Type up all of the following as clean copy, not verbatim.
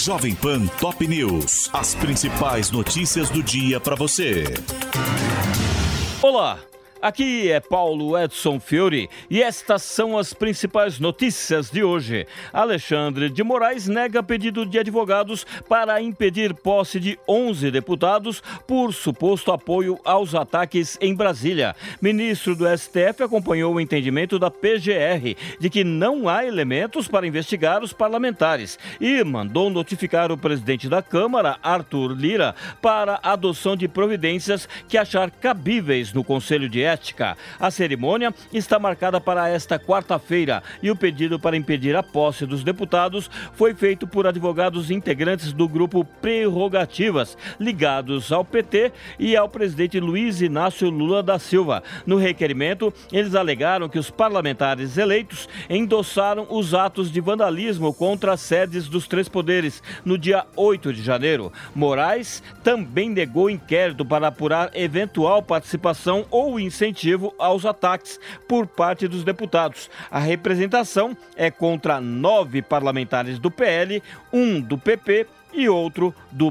Jovem Pan Top News. As principais notícias do dia para você. Olá, aqui é Paulo Edson Fiore e estas são as principais notícias de hoje. Alexandre de Moraes nega pedido de advogados para impedir posse de 11 deputados por suposto apoio aos ataques em Brasília. Ministro do STF acompanhou o entendimento da PGR de que não há elementos para investigar os parlamentares e mandou notificar o presidente da Câmara, Arthur Lira, para a adoção de providências que achar cabíveis no Conselho de Ética. A cerimônia está marcada para esta quarta-feira e o pedido para impedir a posse dos deputados foi feito por advogados integrantes do grupo Prerrogativas, ligados ao PT e ao presidente Luiz Inácio Lula da Silva. No requerimento, eles alegaram que os parlamentares eleitos endossaram os atos de vandalismo contra as sedes dos três poderes no dia 8 de janeiro. Moraes também negou inquérito para apurar eventual participação ou incentivo aos ataques por parte dos deputados. A representação é contra 9 parlamentares do PL, um do PP e outro do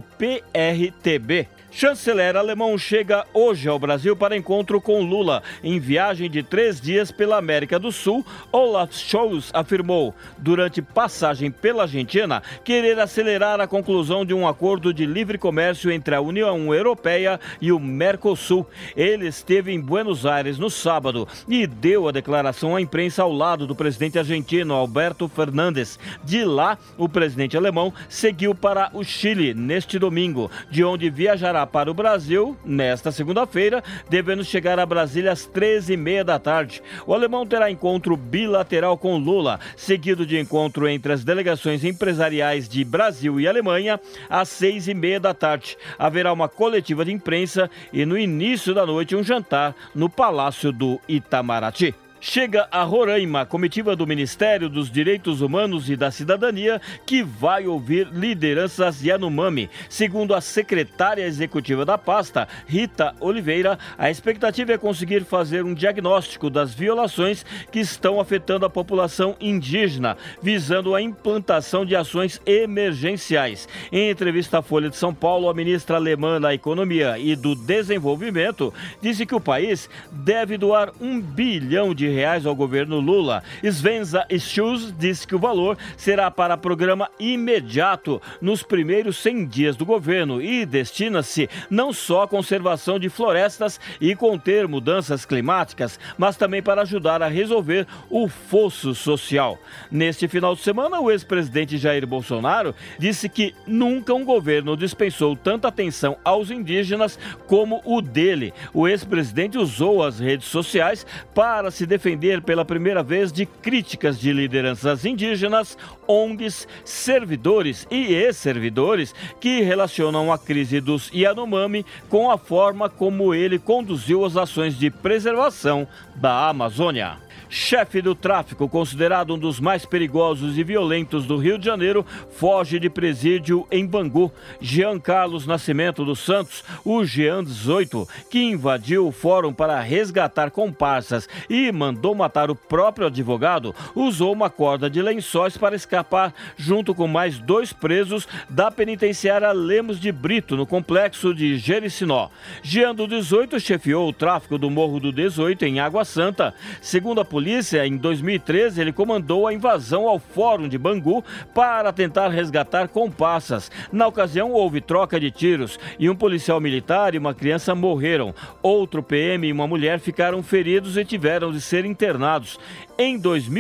PRTB. Chanceler alemão chega hoje ao Brasil para encontro com Lula. Em viagem de 3 dias pela América do Sul, Olaf Scholz afirmou, durante passagem pela Argentina, querer acelerar a conclusão de um acordo de livre comércio entre a União Europeia e o Mercosul. Ele esteve em Buenos Aires no sábado e deu a declaração à imprensa ao lado do presidente argentino Alberto Fernandes. De lá, o presidente alemão seguiu para o Chile neste domingo, de onde viajará para o Brasil nesta segunda-feira, devendo chegar a Brasília às 13h30 da tarde. O alemão terá encontro bilateral com Lula, seguido de encontro entre as delegações empresariais de Brasil e Alemanha às 6h30 da tarde. Haverá uma coletiva de imprensa e no início da noite um jantar no Palácio do Itamaraty. Chega a Roraima a comitiva do Ministério dos Direitos Humanos e da Cidadania, que vai ouvir lideranças Yanomami. Segundo a secretária executiva da pasta, Rita Oliveira, a expectativa é conseguir fazer um diagnóstico das violações que estão afetando a população indígena, visando a implantação de ações emergenciais. Em entrevista à Folha de São Paulo, a ministra alemã da Economia e do Desenvolvimento disse que o país deve doar R$1 bilhão ao governo Lula. Svenza Schulz disse que o valor será para programa imediato nos primeiros 100 dias do governo e destina-se não só à conservação de florestas e conter mudanças climáticas, mas também para ajudar a resolver o fosso social. Neste final de semana, o ex-presidente Jair Bolsonaro disse que nunca um governo dispensou tanta atenção aos indígenas como o dele. O ex-presidente usou as redes sociais para se defender pela primeira vez de críticas de lideranças indígenas, ONGs, servidores e ex-servidores que relacionam a crise dos Yanomami com a forma como ele conduziu as ações de preservação da Amazônia. Chefe do tráfico, considerado um dos mais perigosos e violentos do Rio de Janeiro, foge de presídio em Bangu. Jean Carlos Nascimento dos Santos, o Jean 18, que invadiu o fórum para resgatar comparsas e mandou matar o próprio advogado, usou uma corda de lençóis para escapar junto com mais 2 presos da penitenciária Lemos de Brito, no complexo de Jericinó. Jean do 18 chefiou o tráfico do Morro do 18 em Água Santa. Segundo a polícia, em 2013, ele comandou a invasão ao Fórum de Bangu para tentar resgatar comparsas. Na ocasião, houve troca de tiros e um policial militar e uma criança morreram. Outro PM e uma mulher ficaram feridos e tiveram de ser internados. Em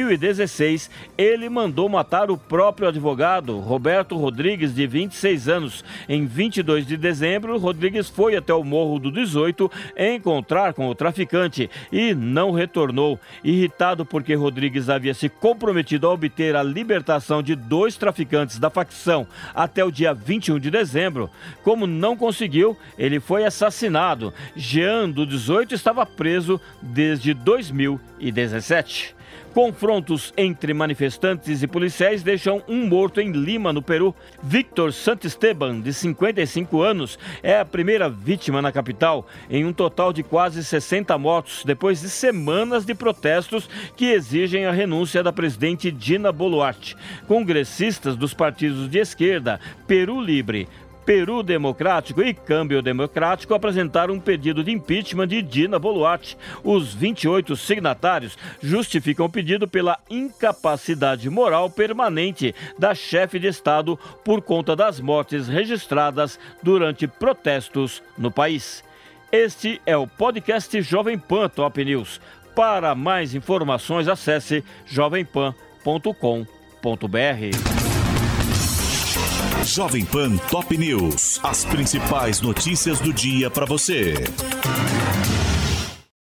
2016, ele mandou matar o próprio advogado, Roberto Rodrigues, de 26 anos. Em 22 de dezembro, Rodrigues foi até o Morro do 18 encontrar com o traficante e não retornou. Irritado porque Rodrigues havia se comprometido a obter a libertação de 2 traficantes da facção até o dia 21 de dezembro, como não conseguiu, ele foi assassinado. Jean, do 18, estava preso desde 2017. Confrontos entre manifestantes e policiais deixam um morto em Lima, no Peru. Victor Santisteban, de 55 anos, é a primeira vítima na capital, em um total de quase 60 mortos, depois de semanas de protestos que exigem a renúncia da presidente Dina Boluarte. Congressistas dos partidos de esquerda, Peru Livre, Peru Democrático e Câmbio Democrático apresentaram um pedido de impeachment de Dina Boluarte. Os 28 signatários justificam o pedido pela incapacidade moral permanente da chefe de Estado por conta das mortes registradas durante protestos no país. Este é o podcast Jovem Pan Top News. Para mais informações, acesse jovempan.com.br. Jovem Pan Top News. As principais notícias do dia para você.